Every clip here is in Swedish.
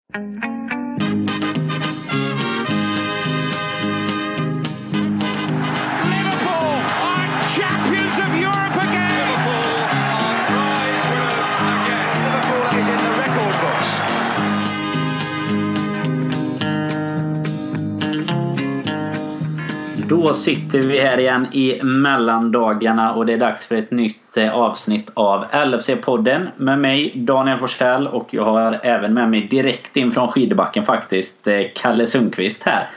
Då sitter vi här igen i mellandagarna och det är dags för ett nytt avsnitt av LFC-podden med mig Daniel Forsell, och jag har även med mig direkt in från skidbacken faktiskt Kalle Sundqvist här.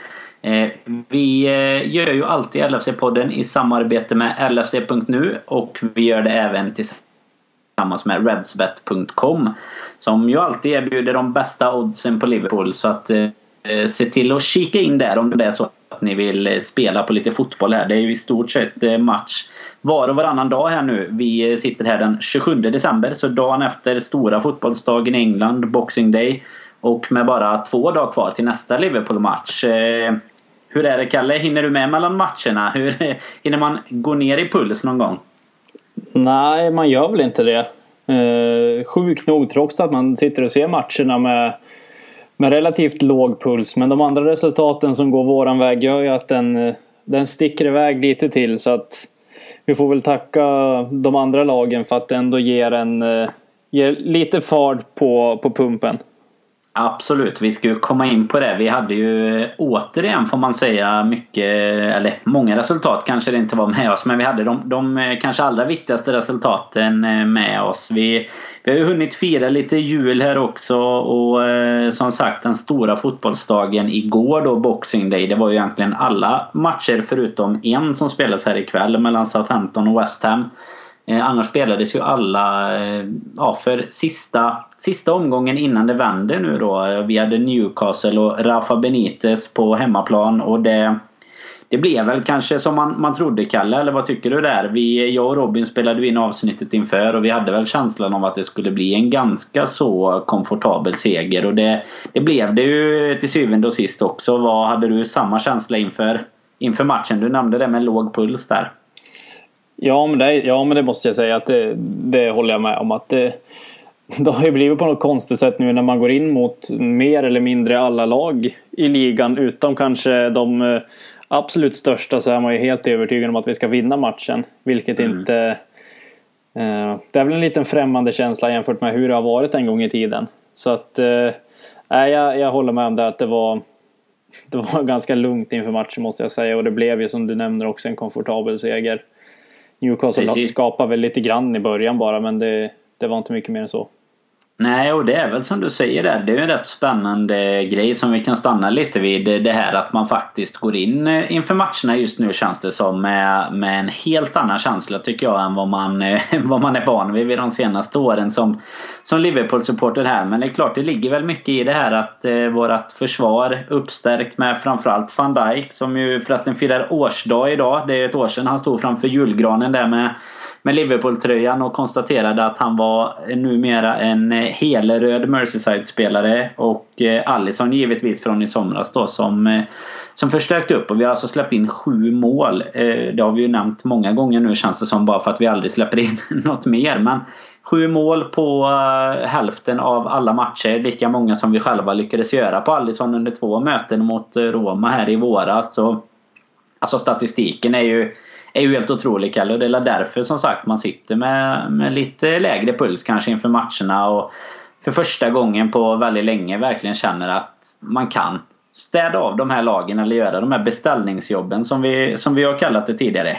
Vi gör ju alltid LFC-podden i samarbete med LFC.nu, och vi gör det även tillsammans med Redsbet.com som ju alltid erbjuder de bästa oddsen på Liverpool, så att se till att kika in där om det är så att ni vill spela på lite fotboll här. Det är ju i stort sett match var och varannan dag här nu. Vi sitter här den 27 december, så dagen efter stora fotbollsdagen i England, Boxing Day, och med bara 2 dagar kvar till nästa Liverpool-match. Hur är det, Kalle? Hinner du med mellan matcherna? Hinner man gå ner i puls någon gång? Nej, man gör väl inte det. Sjukt nog, trots att man sitter och ser matcherna med relativt låg puls. Men de andra resultaten som går våran väg gör ju att den sticker iväg lite till. Så att vi får väl tacka de andra lagen för att det ändå ger lite fart på pumpen. Absolut, vi ska ju komma in på det. Vi hade ju återigen, får man säga, många resultat kanske det inte var med oss, men vi hade de kanske allra viktigaste resultaten med oss. Vi har ju hunnit fira lite jul här också, och som sagt, den stora fotbollsdagen igår då, Boxing Day, det var ju egentligen alla matcher förutom en som spelas här ikväll mellan Southampton och West Ham. Annars spelades ju alla för sista omgången innan det vände nu då. Vi hade Newcastle och Rafa Benitez på hemmaplan, och det blev väl kanske som man trodde, Kalle, eller vad tycker du där? Jag och Robin spelade in avsnittet inför, och vi hade väl känslan av att det skulle bli en ganska så komfortabel seger, och det blev det ju till syvende och sist också. Hade du samma känsla inför matchen? Du nämnde det med låg puls där. Ja, men det måste jag säga att det håller jag med om, att det har ju blivit på något konstigt sätt nu när man går in mot mer eller mindre alla lag i ligan, utom kanske de absolut största, så är man ju helt övertygad om att vi ska vinna matchen, vilket inte det är väl en liten främmande känsla jämfört med hur det har varit en gång i tiden. Så att jag håller med om det, att det var ganska lugnt inför matchen, måste jag säga, och det blev ju, som du nämner, också en komfortabel seger. Newcastle skapade väl lite grann i början bara, men det var inte mycket mer än så. Nej, och det är väl som du säger där, det är ju en rätt spännande grej som vi kan stanna lite vid, det här att man faktiskt går in inför matcherna just nu, känns det som, med en helt annan känsla, tycker jag, än vad man är van vid de senaste åren som Liverpool-supporter här. Men det är klart, det ligger väl mycket i det här att vårat försvar uppstärkt med framförallt Van Dijk, som ju förresten firar årsdag idag. Det är ett år sedan han stod framför julgranen där med Liverpool-tröjan och konstaterade att han var numera en helröd Merseyside-spelare, och Alisson givetvis från i somras då, som förstärkte upp. Och vi har alltså släppt in 7 mål. Det har vi ju nämnt många gånger nu, känns det som, bara för att vi aldrig släpper in något mer. Men 7 mål på hälften av alla matcher, lika många som vi själva lyckades göra på Alisson under 2 möten mot Roma här i våras. Så alltså statistiken är ju helt otrolig, Kalle, och det är därför som sagt man sitter med lite lägre puls kanske inför matcherna, och för första gången på väldigt länge verkligen känner att man kan städa av de här lagen eller göra de här beställningsjobben som vi har kallat det tidigare.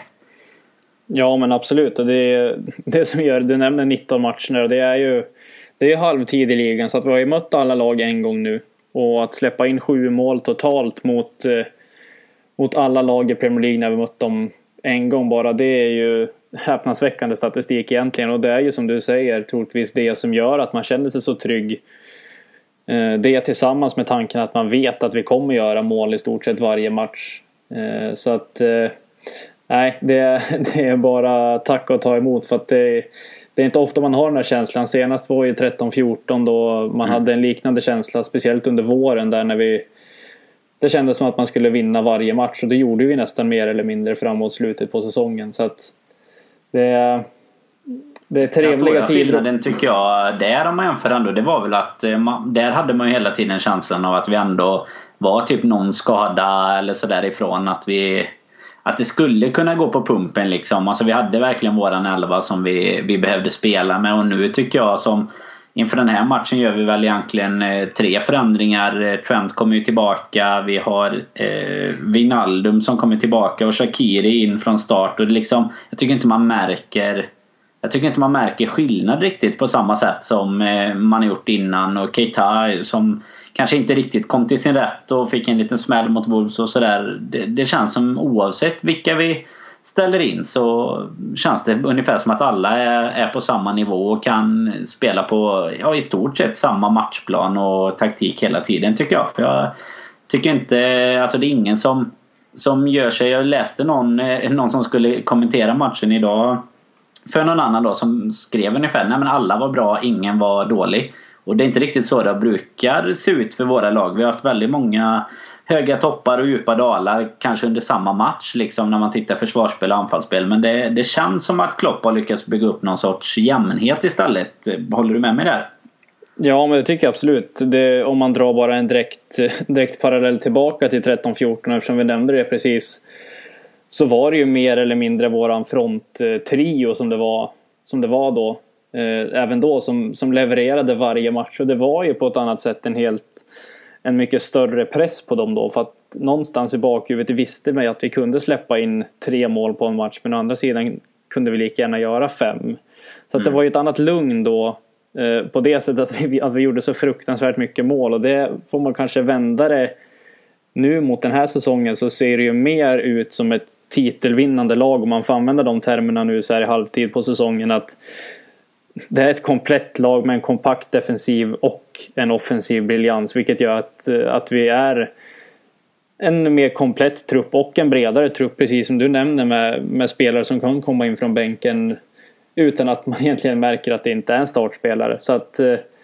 Ja, men absolut, och det som gör, du nämner 19 matcher, och det är halvtid i ligan, så att vi har ju mött alla lag en gång nu, och att släppa in 7 mål totalt mot alla lag i Premier League när vi mött dem en gång bara, det är ju häpnadsväckande statistik egentligen, och det är ju som du säger troligtvis det som gör att man känner sig så trygg. Det tillsammans med tanken att man vet att vi kommer göra mål i stort sett varje match. Så att nej, det är bara tacka och ta emot, för att det är inte ofta man har den här känslan. Senast var ju 13-14 då man hade en liknande känsla, speciellt under våren där när det kändes som att man skulle vinna varje match, och det gjorde vi nästan mer eller mindre framåt slutet på säsongen. Så att Det är trevliga tider. Skillnaden tycker jag där, om man jämför ändå, det var väl att där hade man ju hela tiden känslan av att vi ändå var typ någon skada eller så därifrån, att det skulle kunna gå på pumpen liksom. Alltså vi hade verkligen våran 11 som vi behövde spela med, och nu tycker jag som inför den här matchen gör vi väl egentligen 3 förändringar. Trent kommer ju tillbaka, vi har Wijnaldum som kommer tillbaka och Shaqiri in från start, och det liksom, jag tycker inte man märker skillnad riktigt på samma sätt som man har gjort innan. Och Keita som kanske inte riktigt kom till sin rätt och fick en liten smäll mot Wolves och sådär. Det känns som oavsett vilka vi ställer in så känns det ungefär som att alla är på samma nivå och kan spela på i stort sett samma matchplan och taktik hela tiden, tycker jag. För jag tycker inte, alltså det är ingen som gör sig. Jag läste någon som skulle kommentera matchen idag för någon annan då, som skrev ungefär: nej men alla var bra, ingen var dålig. Och det är inte riktigt så det brukar se ut för våra lag. Vi har haft väldigt många höga toppar och djupa dalar kanske under samma match liksom, när man tittar försvarsspel och anfallsspel. Men det känns som att Klopp har lyckats bygga upp någon sorts jämnhet istället. Håller du med mig där? Ja, men det tycker jag absolut. Om man drar bara en direkt parallell tillbaka till 13-14, eftersom vi nämnde det precis, så var det ju mer eller mindre våran fronttrio som det var då. Även då som levererade varje match, och det var ju på ett annat sätt en mycket större press på dem då, för att någonstans i bakhuvudet visste man att vi kunde släppa in 3 mål på en match, men å andra sidan kunde vi lika gärna göra 5. Så att det var ju ett annat lugn då, på det sättet att vi gjorde så fruktansvärt mycket mål, och det får man kanske vända det nu mot den här säsongen, så ser det ju mer ut som ett titelvinnande lag, om man får använda de termerna nu så här i halvtid på säsongen, att det är ett komplett lag med en kompakt defensiv och en offensiv briljans, vilket gör att vi är en mer komplett trupp och en bredare trupp, precis som du nämner, med spelare som kan komma in från bänken utan att man egentligen märker att det inte är en startspelare. Så att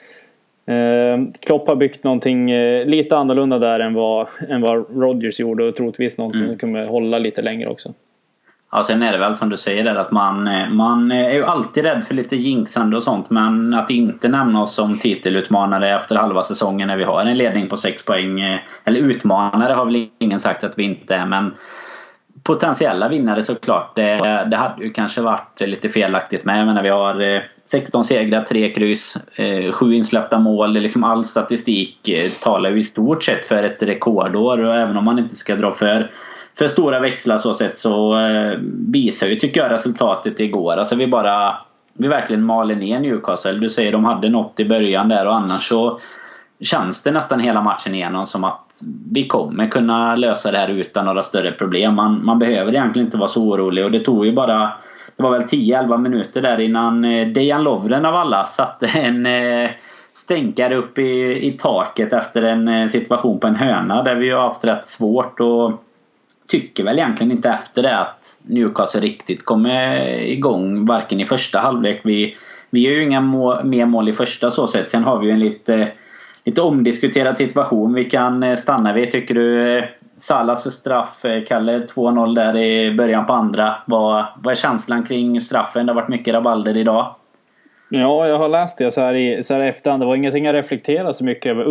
Klopp har byggt någonting lite annorlunda där än vad Rodgers gjorde, och troligtvis någonting som kommer hålla lite längre också. Ja, sen är det väl som du säger där, att man är ju alltid rädd för lite jinxande och sånt, men att inte nämna oss som titelutmanare efter halva säsongen när vi har en ledning på 6 poäng, eller utmanare har väl ingen sagt att vi inte är, men potentiella vinnare såklart. Det hade ju kanske varit lite felaktigt med. Jag menar, vi har 16 segrar, 3 kryss, 7 insläppta mål. Liksom all statistik talar ju i stort sett för ett rekordår, och även om man inte ska dra för stora växlar så sett, så visar ju, tycker jag, resultatet igår. Alltså vi verkligen maler ner Newcastle. Du säger de hade något i början där, och annars så känns det nästan hela matchen igenom som att vi kommer kunna lösa det här utan några större problem. Man behöver egentligen inte vara så orolig, och det var väl 10-11 minuter där innan Dejan Lovren av alla satte en stänkare upp i taket efter en situation på en hörna där vi har haft rätt svårt, och tycker väl egentligen inte efter det att Newcastle riktigt kommer igång varken i första halvlek. Vi gör ju inga mer mål i första så sätt. Sen har vi ju en lite omdiskuterad situation vi kan stanna vid. Tycker du Salas straff, Kalle, 2-0 där i början på andra, vad är känslan kring straffen? Det har varit mycket rabalder idag. Ja, jag har läst det så här i efterhand. Det var ingenting jag reflekterade så mycket över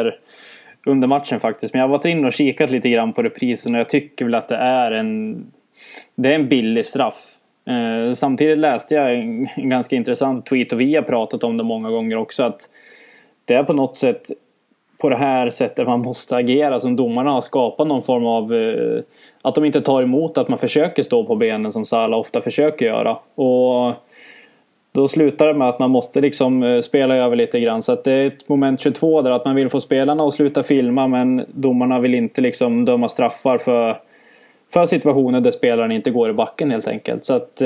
under matchen faktiskt, men jag har varit inne och kikat lite grann på reprisen, och jag tycker väl att det är en billig straff. Samtidigt läste jag en ganska intressant tweet, och vi har pratat om det många gånger också, att det är på något sätt på det här sättet man måste agera, som domarna har skapat någon form av att de inte tar emot att man försöker stå på benen som Salah ofta försöker göra, och då slutar det med att man måste liksom spela över lite grann. Så att det är ett moment 22 där, att man vill få spelarna att sluta filma, men domarna vill inte liksom döma straffar för situationer där spelaren inte går i backen helt enkelt. Så att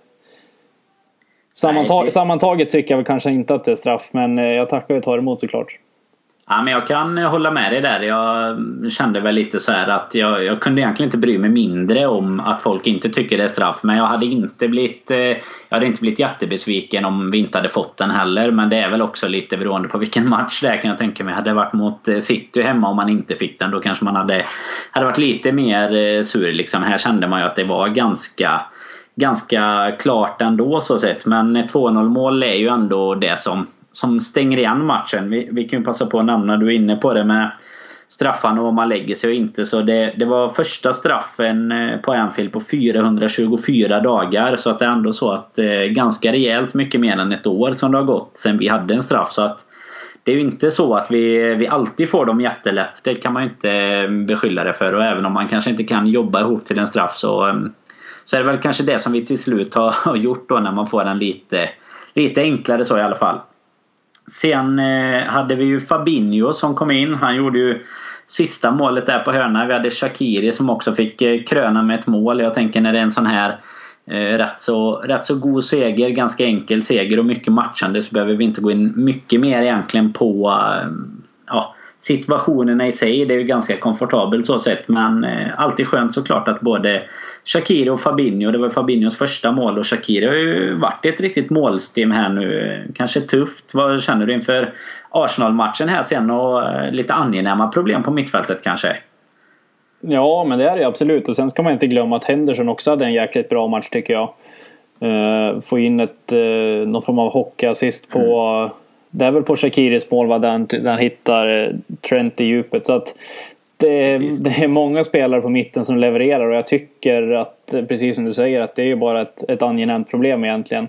sammantaget tycker jag väl kanske inte att det är straff, men jag tackar och tar emot såklart. Ja, men jag kan hålla med dig där. Jag kände väl lite så här att jag kunde egentligen inte bry mig mindre om att folk inte tycker det är straff. Men jag hade inte blivit jättebesviken om vi inte hade fått den heller. Men det är väl också lite beroende på vilken match det är, kan jag tänka mig. Hade det varit mot City hemma om man inte fick den, då kanske man hade varit lite mer sur liksom. Här kände man ju att det var ganska klart ändå så sett. Men 2-0 mål är ju ändå det som stänger igen matchen. Vi kan ju passa på att nämna, du är inne på det med straffarna och om man lägger sig och inte. Så det var första straffen på Anfield på 424 dagar. Så att det är ändå så att ganska rejält mycket mer än ett år som det har gått sen vi hade en straff. Så att det är ju inte så att vi alltid får dem jättelätt. Det kan man ju inte beskylla det för. Och även om man kanske inte kan jobba ihop till en straff så är det väl kanske det som vi till slut har gjort då, när man får den lite enklare så i alla fall. Sen hade vi ju Fabinho som kom in. Han gjorde ju sista målet där på hörna. Vi hade Shaqiri som också fick kröna med ett mål. Jag tänker när det är en sån här rätt så god seger, ganska enkel seger och mycket matchande, så behöver vi inte gå in mycket mer egentligen på situationerna i sig. Det är ju ganska komfortabelt så sett, men alltid skönt såklart att både Shaqiri och Fabinho, det var Fabinhos första mål och Shaqiri har ju varit ett riktigt målstim här nu. Kanske tufft. Vad känner du inför Arsenal-matchen här sen och lite angenäma problem på mittfältet kanske? Ja, men det är det absolut. Och sen ska man inte glömma att Henderson också hade en jäkligt bra match tycker jag. Få in någon form av hockeyassist på det är väl på Shakiris mål där han hittar Trent i djupet. Så att det är många spelare på mitten som levererar, och jag tycker att, precis som du säger, att det är ju bara ett angenämt problem egentligen.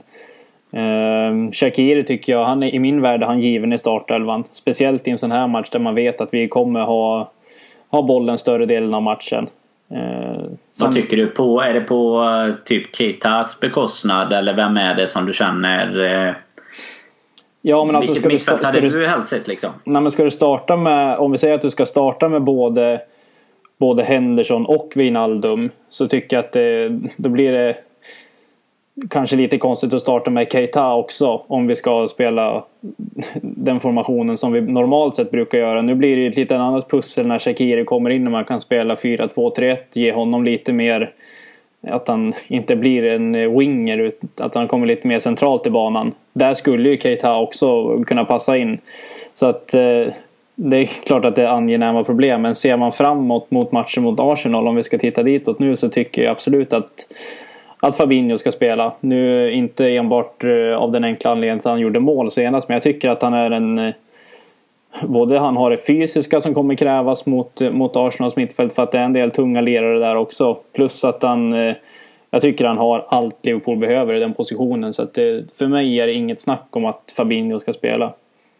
Shaqiri tycker jag, han är i min värld han given i startelvan. Speciellt i en sån här match där man vet att vi kommer ha bollen större delen av matchen. Vad tycker du på? Är det på typ Keitas bekostnad, eller vem är det som du känner? Ja, men alltså ska du starta med, om vi säger att du ska starta med både Henderson och Wijnaldum, så tycker jag att då blir det kanske lite konstigt att starta med Keita också, om vi ska spela den formationen som vi normalt sett brukar göra. Nu blir det ett lite annat pussel när Shaqiri kommer in och man kan spela 4-2-3-1, ge honom lite mer, att han inte blir en winger, att han kommer lite mer centralt i banan. Där skulle ju Keita också kunna passa in. Så att det är klart att det är angenäma problem. Men ser man framåt mot matchen mot Arsenal, om vi ska titta ditåt nu, så tycker jag absolut att Fabinho ska spela. Nu inte enbart av den enkla anledningen att han gjorde mål senast, men jag tycker att han är både han har det fysiska som kommer krävas mot Arsenals mittfält, för att det är en del tunga lerare där också. Plus att jag tycker han har allt Liverpool behöver i den positionen. Så att för mig är det inget snack om att Fabinho ska spela.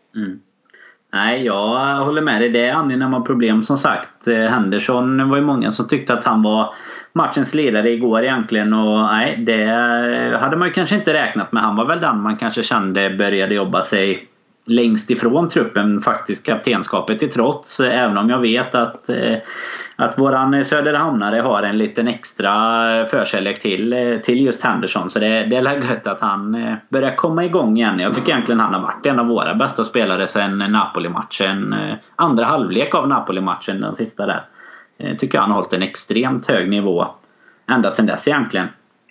Nej, jag håller med dig. Det är angenäma problem som sagt. Henderson var ju många som tyckte att han var matchens ledare igår egentligen. Och nej, det hade man ju kanske inte räknat med. Han var väl den man kanske kände började jobba sig längst ifrån truppen, faktiskt kaptenskapet till trots, även om jag vet att våran söderhamnare har en liten extra förkärlek till just Henderson, så det är gött att han börjar komma igång igen. Jag tycker egentligen han har varit en av våra bästa spelare sen Napoli-matchen, andra halvlek av Napoli-matchen, den sista där. Tycker jag han har hållit en extremt hög nivå ända sedan dess egentligen.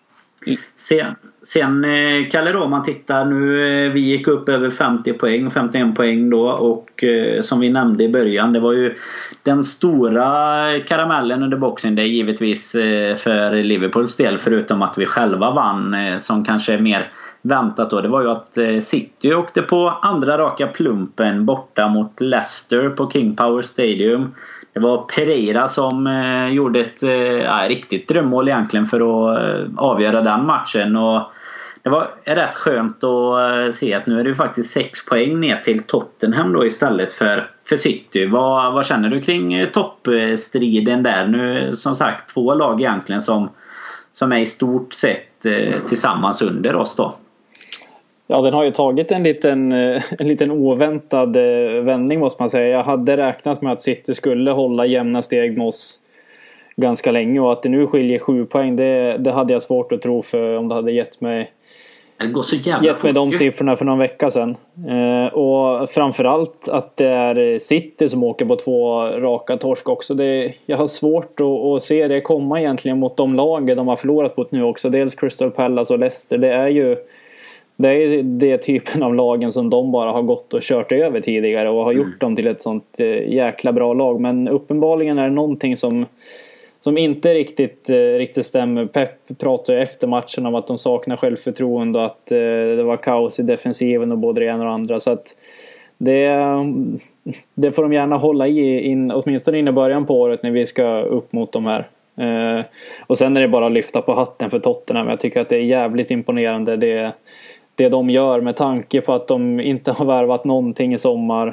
Sen Kalle då, om man tittar nu, vi gick upp över 50 poäng, 51 poäng då, och som vi nämnde i början, det var ju den stora karamellen under boxen, det är givetvis för Liverpools del, förutom att vi själva vann, som kanske är mer väntat då, det var ju att City åkte på andra raka plumpen borta mot Leicester på King Power Stadium. Det var Pereira som gjorde ett riktigt drömmål egentligen för att avgöra den matchen. Och det var rätt skönt att se att nu är det faktiskt 6 poäng ner till Tottenham då istället för City. Vad känner du kring toppstriden där? Nu som sagt 2 lag egentligen som är i stort sett tillsammans under oss då. Ja, den har ju tagit en liten oväntad vändning måste man säga. Jag hade räknat med att City skulle hålla jämna steg med oss ganska länge, och att det nu skiljer 7 poäng, det hade jag svårt att tro för om det hade gett mig de siffrorna för någon vecka sedan. Och framförallt att det är City som åker på 2 raka torsk också. Jag har svårt att se det komma egentligen mot de lagen de har förlorat på nu också. Dels Crystal Palace och Leicester. Det är det typen av lagen som de bara har gått och kört över tidigare och har gjort dem till ett sånt jäkla bra lag. Men uppenbarligen är det någonting som som inte riktigt stämmer. Pep pratar ju efter matchen om att de saknar självförtroende och att det var kaos i defensiven och både det ena och det andra. Så att det får de gärna hålla åtminstone in i början på året när vi ska upp mot de här. Och sen är det bara att lyfta på hatten för Tottenham. Jag tycker att det är jävligt imponerande det de gör med tanke på att de inte har värvat någonting i sommar.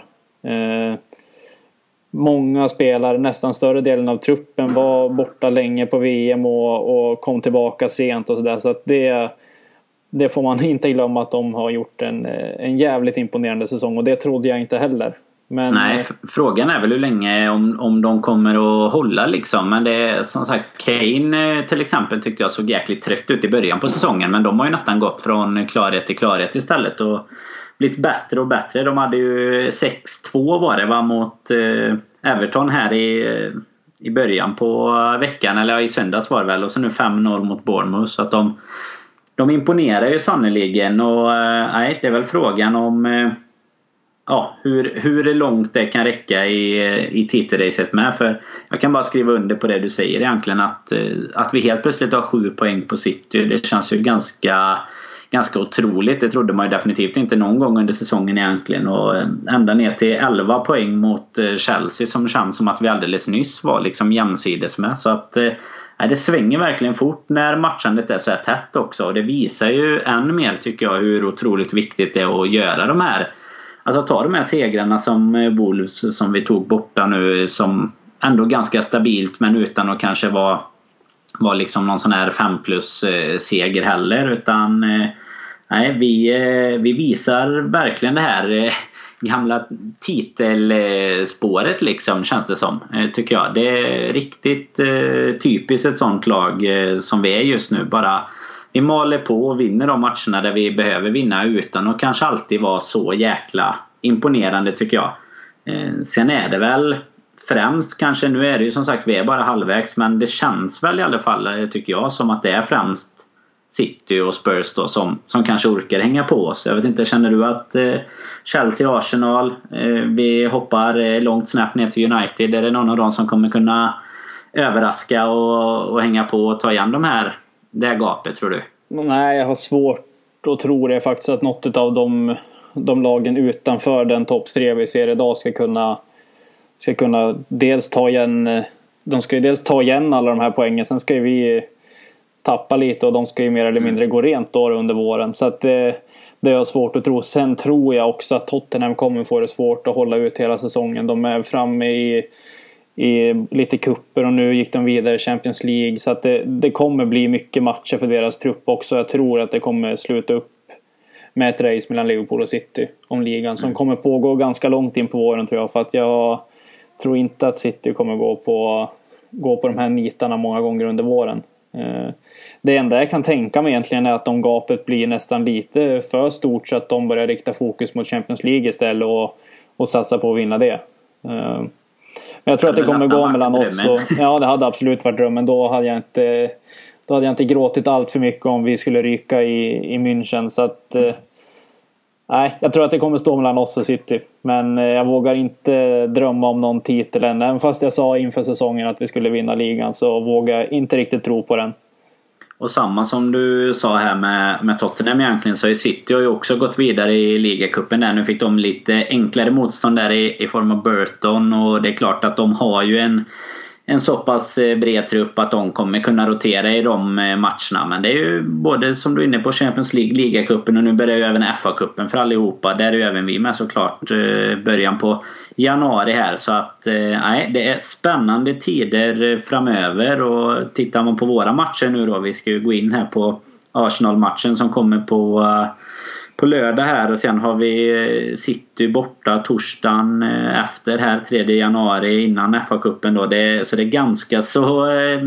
Många spelare, nästan större delen av truppen var borta länge på VM och kom tillbaka sent och sådär. Så att det får man inte glömma, att de har gjort en jävligt imponerande säsong, och det trodde jag inte heller. Men, nej, frågan är väl hur länge om de kommer att hålla liksom. Men det är som sagt, Kane till exempel tyckte jag såg jäkligt trött ut i början på säsongen, men de har ju nästan gått från klarhet till klarhet istället och blivit bättre och bättre. De hade ju 6-2 var mot Everton här i början på veckan, eller i söndags var det väl, och så nu 5-0 mot Bournemouth, så att de imponerar ju sannoliken. Och nej, det är väl frågan om hur långt det kan räcka i titelracet med. För jag kan bara skriva under på det du säger egentligen, att vi helt plötsligt har 7 poäng på City. Det känns ju ganska otroligt. Det trodde man ju definitivt inte någon gång under säsongen egentligen. Och ända ner till 11 poäng mot Chelsea, som känns som att vi alldeles nyss var liksom jämsides med. Så att det svänger verkligen fort när matchandet är så här tätt också. Och det visar ju än mer, tycker jag, hur otroligt viktigt det är att göra de här, alltså ta de här segrarna som Wolves som vi tog borta nu, som ändå ganska stabilt, men utan att kanske var liksom någon sån här 5+ seger heller, utan nej, vi visar verkligen det här gamla titelspåret liksom, känns det som, tycker jag. Det är riktigt typiskt ett sånt lag som vi är just nu. Bara vi maler på och vinner de matcherna där vi behöver vinna, utan att kanske alltid vara så jäkla imponerande, tycker jag. Sen är det väl främst kanske, nu är det ju som sagt vi är bara halvvägs, men det känns väl i alla fall, tycker jag, som att det är främst City och Spurs då som kanske orkar hänga på oss. Jag vet inte, känner du att Chelsea och Arsenal, vi hoppar långt snabbt ner till United, är det någon av dem som kommer kunna överraska och hänga på och ta igen det här gapet, tror du? Nej, jag har svårt att tro det faktiskt, att något av de lagen utanför den topp 3 vi ser idag ska kunna dels ta igen, de ska ju dels ta igen alla de här poängen, sen ska ju vi tappa lite och de ska ju mer eller mindre gå rent då under våren, så att det är svårt att tro. Sen tror jag också att Tottenham kommer få det svårt att hålla ut hela säsongen. De är framme i lite kupper och nu gick de vidare i Champions League, så att det kommer bli mycket matcher för deras trupp också. Jag tror att det kommer sluta upp med ett race mellan Liverpool och City om ligan, som kommer pågå ganska långt in på våren, tror jag, för att jag tror inte att City kommer gå på de här nitarna många gånger under våren. Det enda jag kan tänka mig egentligen är att om gapet blir nästan lite för stort, så att de börjar rikta fokus mot Champions League istället och satsa på att vinna det. Men jag tror att det kommer gå mellan oss och, ja, det hade absolut varit drömmen. Då hade jag inte gråtit allt för mycket om vi skulle ryka i München, så att nej, jag tror att det kommer stå mellan oss och City. Men jag vågar inte drömma om någon titel än. Även fast jag sa inför säsongen att vi skulle vinna ligan, så vågar jag inte riktigt tro på den. Och samma som du sa här med Tottenham egentligen, så är City har ju också gått vidare i ligacupen där. Nu fick de lite enklare motstånd där i form av Burton, och det är klart att de har ju en så pass bred trupp att de kommer kunna rotera i de matcherna. Men det är ju både, som du är inne på, Champions League, ligacupen, och nu börjar ju även FA-cupen för allihopa. Där är ju även vi med såklart, början på januari här. Så att nej, det är spännande tider framöver. Och tittar man på våra matcher nu då, vi ska ju gå in här på Arsenal-matchen som kommer på lördag här, och sen har vi City borta torsdagen efter här 3 januari innan FA-cupen då. Så det är ganska så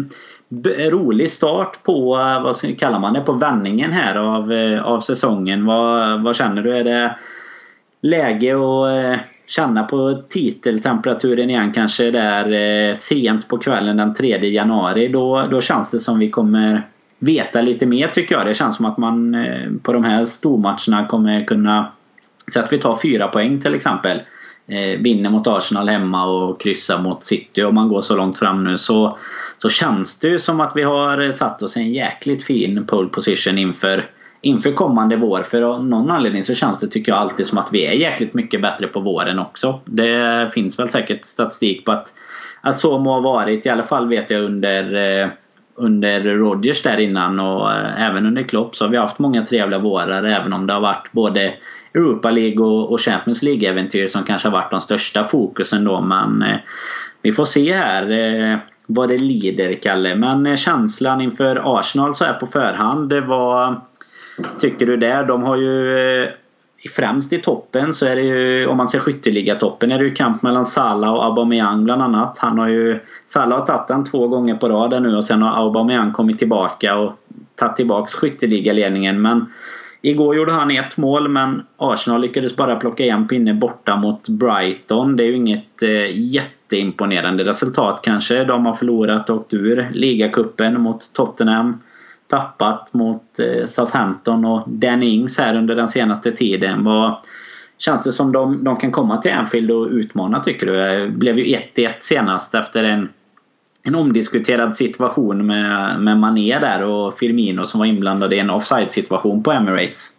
rolig start på, vad kallar man det, på vändningen här av säsongen. Vad känner du? Är det läge att känna på titeltemperaturen igen kanske där sent på kvällen den 3 januari? Då känns det som vi kommer veta lite mer, tycker jag. Det känns som att man på de här stormatcherna kommer kunna, så att vi tar 4 poäng till exempel, vinner mot Arsenal hemma och kryssar mot City, om man går så långt fram nu, så så känns det ju som att vi har satt oss en jäkligt fin pole position inför kommande vår. För av någon anledning så känns det, tycker jag, alltid som att vi är jäkligt mycket bättre på våren också. Det finns väl säkert statistik på att så må ha varit. I alla fall vet jag under Rodgers där innan och även under Klopp så har vi haft många trevliga vårar, även om det har varit både Europa League och Champions League-äventyr som kanske har varit de största fokusen då. Men vi får se här vad det lider, Kalle. Men känslan inför Arsenal så här på förhand, vad tycker du där? De har ju främst i toppen så är det ju, om man ser skytteliga-toppen, är det ju kamp mellan Salah och Aubameyang bland annat. Salah har tagit den 2 gånger på rad nu och sen har Aubameyang kommit tillbaka och tagit tillbaka skytteligaledningen. Men igår gjorde han 1 mål, men Arsenal lyckades bara plocka en pinne borta mot Brighton. Det är ju inget jätteimponerande resultat kanske. De har förlorat och åkt ur ligacupen mot Tottenham. Tappat mot Southampton och Danny Ings här under den senaste tiden. Vad känns det som de kan komma till Anfield och utmana, tycker du? Det blev ju 1-1 senast efter en omdiskuterad situation med Mané där och Firmino som var inblandade i en offside-situation på Emirates.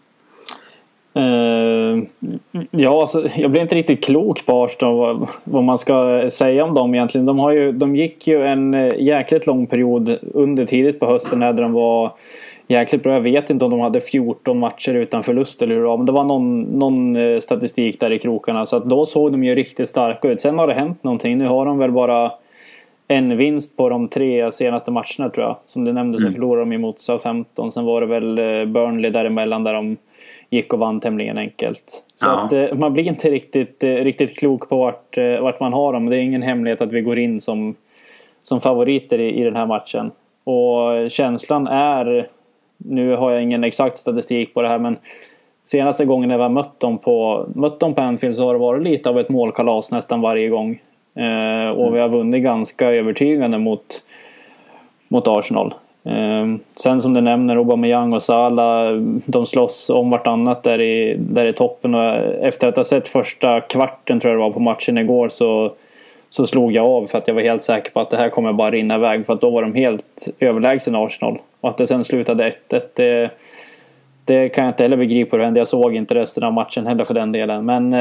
Ja, alltså, jag blir inte riktigt klok på Arsenal vad man ska säga om dem egentligen. De gick ju en jäkligt lång period under tidigt på hösten där de var jäkligt bra. Jag vet inte om de hade 14 matcher utan förlust eller hur, men det var någon statistik där i krokarna, så att då såg de ju riktigt starka ut. Sen har det hänt någonting. Nu har de väl bara en vinst på de 3 senaste matcherna, tror jag. Som du nämnde så förlorade de emot Southampton. Sen var det väl Burnley däremellan där de gick och vann tämligen enkelt. Så att man blir inte riktigt klok på vart man har dem. Det är ingen hemlighet att vi går in som favoriter i den här matchen. Och känslan är, nu har jag ingen exakt statistik på det här, men senaste gången när vi har mött dem på Anfield så har det varit lite av ett målkalas nästan varje gång. Och vi har vunnit ganska övertygande mot Arsenal. Sen som du nämner, Aubameyang och Salah, de slåss om vartannat där i toppen, och efter att ha sett första kvarten, tror jag det var, på matchen igår, så slog jag av, för att jag var helt säker på att det här kommer bara rinna iväg, för att då var de helt överlägsen Arsenal. Och att det sen slutade 1-1, det kan jag inte heller begripa hur det hände. Jag såg inte resten av matchen heller för den delen, men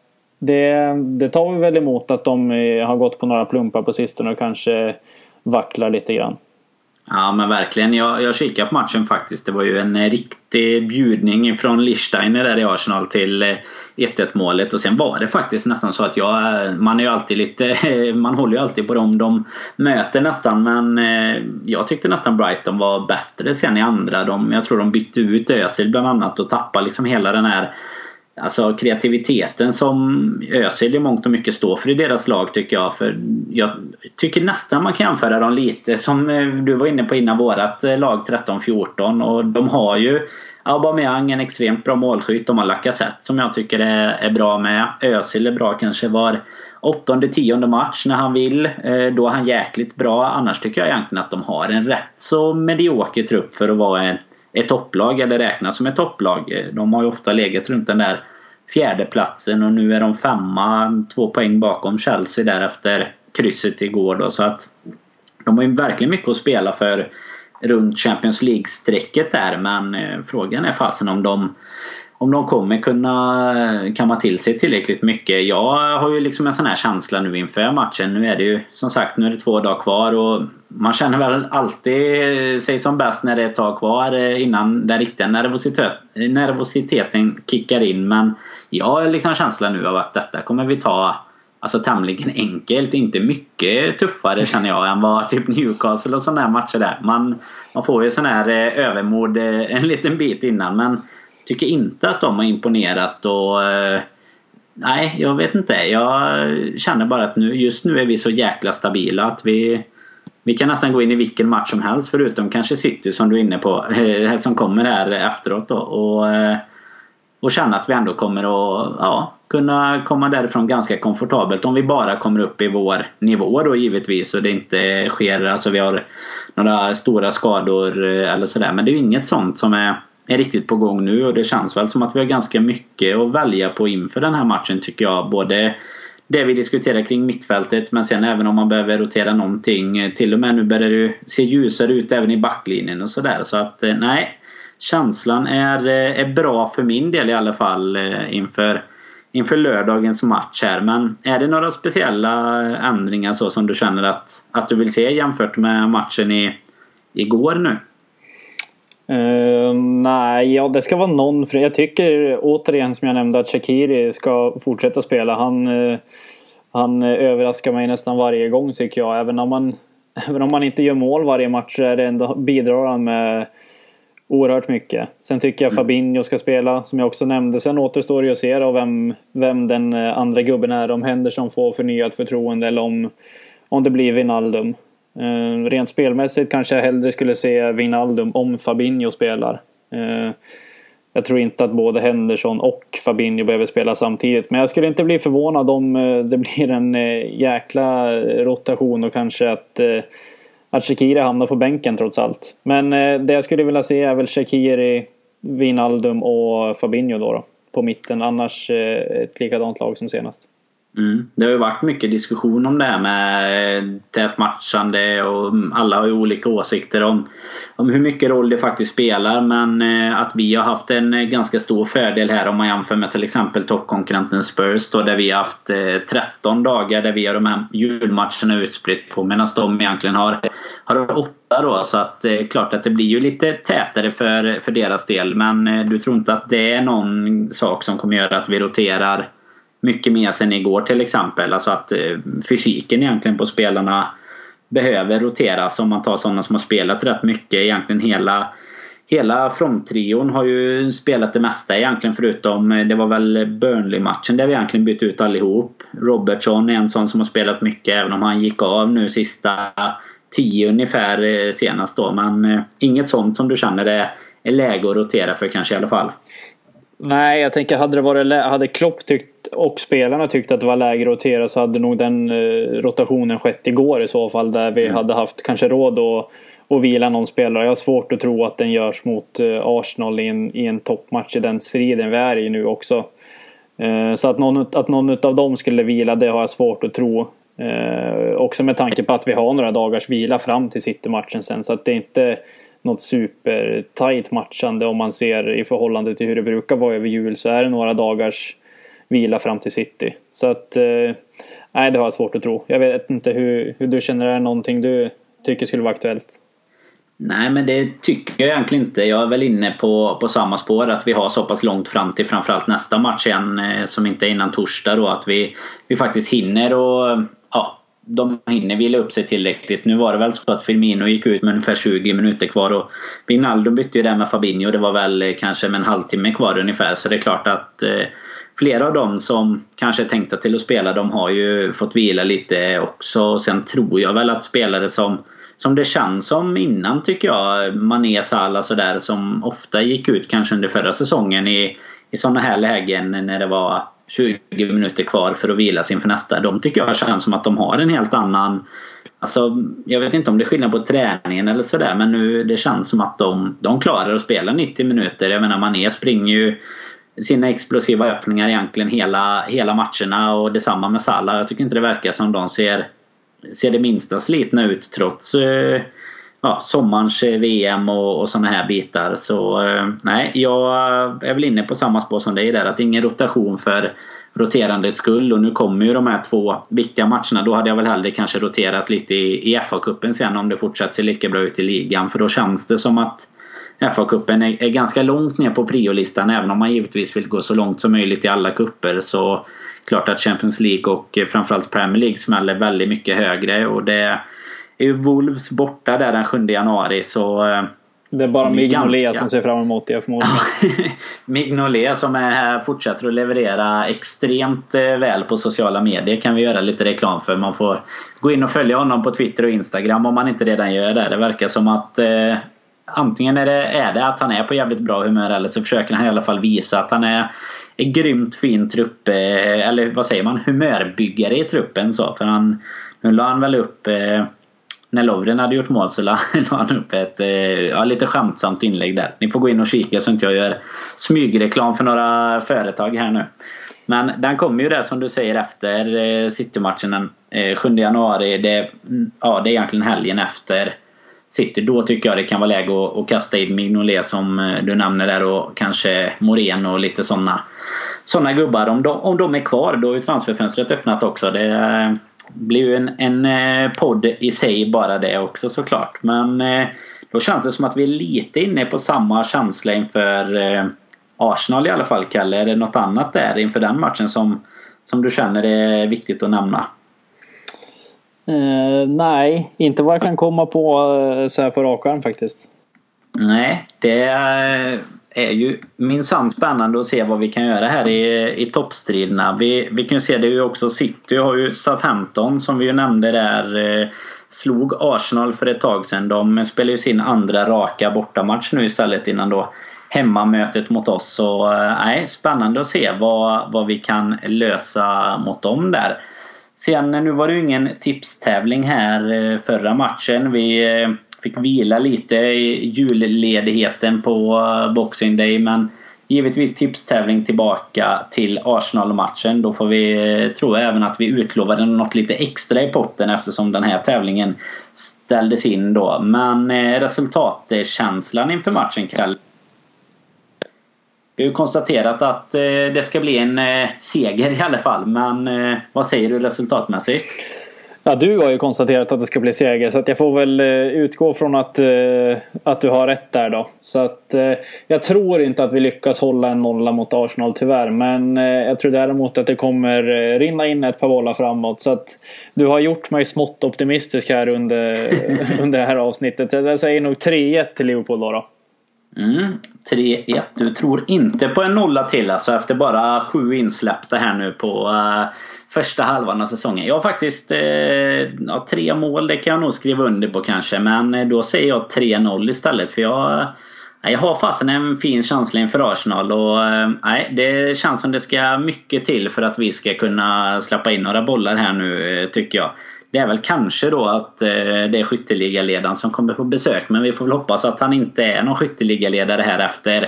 det tar vi väl emot att de har gått på några plumpar på sistone och kanske vacklar lite grann. Ja, men verkligen. Jag kikade på matchen faktiskt. Det var ju en riktig bjudning från Lichtsteiner där i Arsenal till 1-1 målet. Och sen var det faktiskt nästan så att man är ju alltid lite, man håller ju alltid på dem de möter nästan. Men jag tyckte nästan Brighton var bättre sen i andra. Jag tror de bytte ut Özil bland annat och tappade liksom hela den här, alltså kreativiteten som Özil i mångt och mycket står för i deras lag, tycker jag. För jag tycker nästan man kan jämföra dem lite som du var inne på innan, vårat lag 13-14. Och de har ju Aubameyang, en extremt bra målskytt. De har Lacazette som jag tycker är bra med. Özil är bra kanske var 8:e-10:e match när han vill. Då är han jäkligt bra. Annars tycker jag egentligen att de har en rätt så medioker trupp för att vara ett topplag, eller räknas som ett topplag. De har ju ofta legat runt den där 4:e platsen och nu är de 5, 2 poäng bakom Chelsea där efter krysset igår då. Så att de har ju verkligen mycket att spela för runt Champions League-strecket där, men frågan är fasen om de kommer kunna kamma till sig tillräckligt mycket. Jag har ju liksom en sån här känsla nu inför matchen. Nu är det ju som sagt, nu är det 2 dagar kvar och man känner väl alltid sig som bäst när det är ett tag kvar innan den riktiga nervositeten kickar in. Men jag har liksom känslan nu av att detta kommer vi ta alltså tämligen enkelt, inte mycket tuffare känner jag än vad typ Newcastle och sådana här matcher där. Man får ju sån här övermod en liten bit innan, men tycker inte att de har imponerat och nej, jag vet inte. Jag känner bara att just nu är vi så jäkla stabila att vi kan nästan gå in i vilken match som helst, förutom kanske City som du är inne på som kommer här efteråt då, och känna att vi ändå kommer att kunna komma därifrån ganska komfortabelt om vi bara kommer upp i vår nivå då, givetvis, och det inte sker, alltså vi har några stora skador eller sådär, men det är ju inget sånt som är riktigt på gång nu, och det känns väl som att vi har ganska mycket att välja på inför den här matchen, tycker jag. Både det vi diskuterar kring mittfältet. Men sen även om man behöver rotera någonting, till och med nu börjar det se ljusare ut även i backlinjen och sådär. Så att nej, känslan är bra för min del i alla fall inför lördagens match här. Men är det några speciella ändringar så som du känner att du vill se jämfört med matchen igår nu? Nej, ja, det ska vara någon. För jag tycker återigen som jag nämnde att Shaqiri ska fortsätta spela. Han överraskar mig nästan varje gång tycker jag. Även om man inte gör mål varje match så är det ändå, bidrar han med oerhört mycket. Sen tycker jag Fabinho ska spela, som jag också nämnde. Sen återstår det att se då vem den andra gubben är. Om Henderson får förnyat förtroende eller om det blir Wijnaldum. Rent spelmässigt kanske jag hellre skulle se Wijnaldum om Fabinho spelar. Jag tror inte att både Henderson och Fabinho behöver spela samtidigt. Men jag skulle inte bli förvånad om det blir en jäkla rotation och kanske att Shaqiri hamnar på bänken trots allt. Men det jag skulle vilja se är väl Shaqiri, Wijnaldum och Fabinho då på mitten. Annars ett likadant lag som senast. Det har ju varit mycket diskussion om det här med tätmatchande och alla har ju olika åsikter om hur mycket roll det faktiskt spelar, men att vi har haft en ganska stor fördel här om man jämför med till exempel toppkonkurrenten Spurs då, där vi har haft 13 dagar där vi har de här julmatcherna utspritt på, medan de egentligen har 8 då, så att klart att det blir ju lite tätare för deras del. Men du tror inte att det är någon sak som kommer göra att vi roterar mycket mer sen igår till exempel? Alltså att fysiken egentligen på spelarna behöver roteras. Om man tar sådana som har spelat rätt mycket. Egentligen hela fronttrion har ju spelat det mesta egentligen, förutom det var väl Burnley-matchen där vi egentligen bytt ut allihop. Robertson är en sån som har spelat mycket, även om han gick av nu sista 10 ungefär senast då. Men inget sånt som du känner det är läge att rotera för kanske i alla fall? Nej, jag tänker hade Klopp tyckt och spelarna tyckt att det var läge att rotera, så hade nog den rotationen skett igår i så fall, där vi hade haft kanske råd att vila någon spelare. Jag har svårt att tro att den görs mot Arsenal i en toppmatch i den striden vi är i nu också. Så att någon av dem skulle vila, det har jag svårt att tro. Också med tanke på att vi har några dagars vila fram till City-matchen sen, så att det är inte något super tight matchande om man ser i förhållande till hur det brukar vara över jul, så är det några dagars vila fram till City. Så att nej, det har jag svårt att tro. Jag vet inte hur du känner, är det någonting du tycker skulle vara aktuellt? Nej, men det tycker jag egentligen inte. Jag är väl inne på samma spår, att vi har så pass långt fram till framförallt nästa match igen, som inte är innan torsdag då, att vi faktiskt hinner och de hinner vila upp sig tillräckligt. Nu var det väl så att Firmino gick ut med ungefär 20 minuter kvar och Wijnaldum bytte ju där med Fabinho. Det var väl kanske med en halvtimme kvar ungefär. Så det är klart att flera av dem som kanske tänkte till att spela, de har ju fått vila lite också. Sen tror jag väl att spelare som det känns som innan, tycker jag, Mané, Salah så där, som ofta gick ut kanske under förra säsongen i sådana här lägen när det var 20 minuter kvar för att vila sig inför nästa. De tycker jag känns som att de har en helt annan, alltså jag vet inte om det är skillnad på träningen eller sådär, men nu det känns som att de klarar att spela 90 minuter. Jag menar, Mané springer ju sina explosiva öppningar egentligen hela matcherna, och detsamma med Salah. Jag tycker inte det verkar som de ser det minsta slitna ut trots sommarens VM och såna här bitar. Så nej, jag är väl inne på samma spår som dig där, att ingen rotation för roterandets skull. Och nu kommer ju de här 2 viktiga matcherna. Då hade jag väl hellre kanske roterat lite i FA-cupen sen, om det fortsätter se lika bra ut i ligan, för då känns det som att FA-cupen är ganska långt ner på priolistan, även om man givetvis vill gå så långt som möjligt i alla kupper. Så klart att Champions League och framförallt Premier League smäller väldigt mycket högre, och det är ju Wolves borta där den 7 januari, så det är bara Mignolet som ser fram emot det förmodligen. Mignolet som fortsätter att leverera extremt väl på sociala medier, kan vi göra lite reklam för. Man får gå in och följa honom på Twitter och Instagram om man inte redan gör det. Det verkar som att antingen är det att han är på jävligt bra humör, eller så försöker han i alla fall visa att han är grymt fin trupp, eller vad säger man, humörbyggare i truppen så. För nu la han väl upp när Lovren hade gjort mål, så la han upp ett lite skämtsamt inlägg där. Ni får gå in och kika så inte jag gör smygreklam för några företag här nu. Men den kommer ju där som du säger efter City-matchen den 7 januari. Det är egentligen helgen efter City. Då tycker jag det kan vara läge att kasta in Mignolet som du nämner där, och kanske Moreno och lite såna gubbar. Om de är kvar, då är ju transferfönstret öppnat också. Det blir ju en podd i sig bara det också såklart. Men då känns det som att vi är lite inne på samma känsla inför Arsenal i alla fall, Kalle. Är det något annat där inför den matchen som du känner är viktigt att nämna? Nej, inte vad jag kan komma på så här på rak arm faktiskt. Nej, det är ju minsann spännande att se vad vi kan göra här i toppstriderna. Vi kan ju se det ju också. City har ju Southampton som vi ju nämnde där, slog Arsenal för ett tag sedan. De spelar ju sin andra raka bortamatch nu istället innan då hemmamötet mot oss. Så spännande att se vad vi kan lösa mot dem där. Sen nu var det ju ingen tipstävling här förra matchen. Vi fick vila lite i julledigheten på Boxing Day, men givetvis tipstävling tillbaka till Arsenal-matchen. Då får vi tro även att vi utlovade något lite extra i potten eftersom den här tävlingen ställdes in då. Men resultatkänslan inför matchen, Kalle. Vi har ju konstaterat att det ska bli en seger i alla fall. Men vad säger du resultatmässigt? Ja, du har ju konstaterat att det ska bli seger, så att jag får väl utgå från att du har rätt där då. Så att jag tror inte att vi lyckas hålla en nolla mot Arsenal tyvärr, men jag tror däremot att det kommer rinna in ett par bollar framåt. Så att du har gjort mig smått optimistisk här under det här avsnittet. Så jag säger nog 3-1 till Liverpool då. 3-1. Du tror inte på en nolla till alltså efter bara 7 insläppta här nu på första halvan av säsongen. Jag har faktiskt 3 mål, det kan jag nog skriva under på kanske. Men då säger jag 3-0 istället. För jag har fasen en fin känsla inför Arsenal. Och det känns som det ska mycket till för att vi ska kunna släppa in några bollar här nu, tycker jag. Det är väl kanske då att det är skytteligaledaren som kommer på besök. Men vi får väl hoppas att han inte är någon skytteligaledare här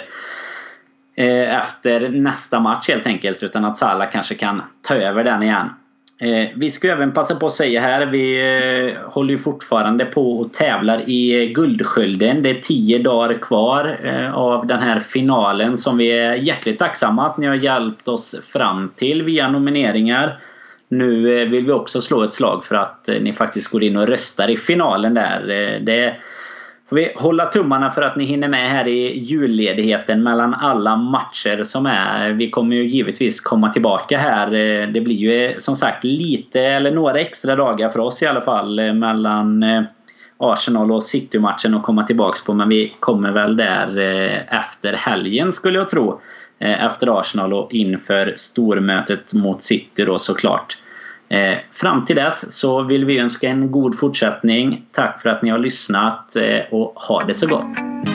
efter nästa match helt enkelt. Utan att Salah kanske kan ta över den igen. Vi ska även passa på att säga här. Vi håller ju fortfarande på och tävlar i Guldskölden. Det är 10 dagar kvar av den här finalen som vi är hjärtligt tacksamma att ni har hjälpt oss fram till via nomineringar. Nu vill vi också slå ett slag för att ni faktiskt går in och röstar i finalen där. Det får vi hålla tummarna för att ni hinner med här i julledigheten mellan alla matcher som är. Vi kommer ju givetvis komma tillbaka här. Det blir ju som sagt lite eller några extra dagar för oss i alla fall mellan Arsenal och City-matchen att komma tillbaka på. Men vi kommer väl där efter helgen skulle jag tro. Efter Arsenal och inför stormötet mot City då såklart. Fram till dess så vill vi önska en god fortsättning. Tack för att ni har lyssnat och ha det så gott.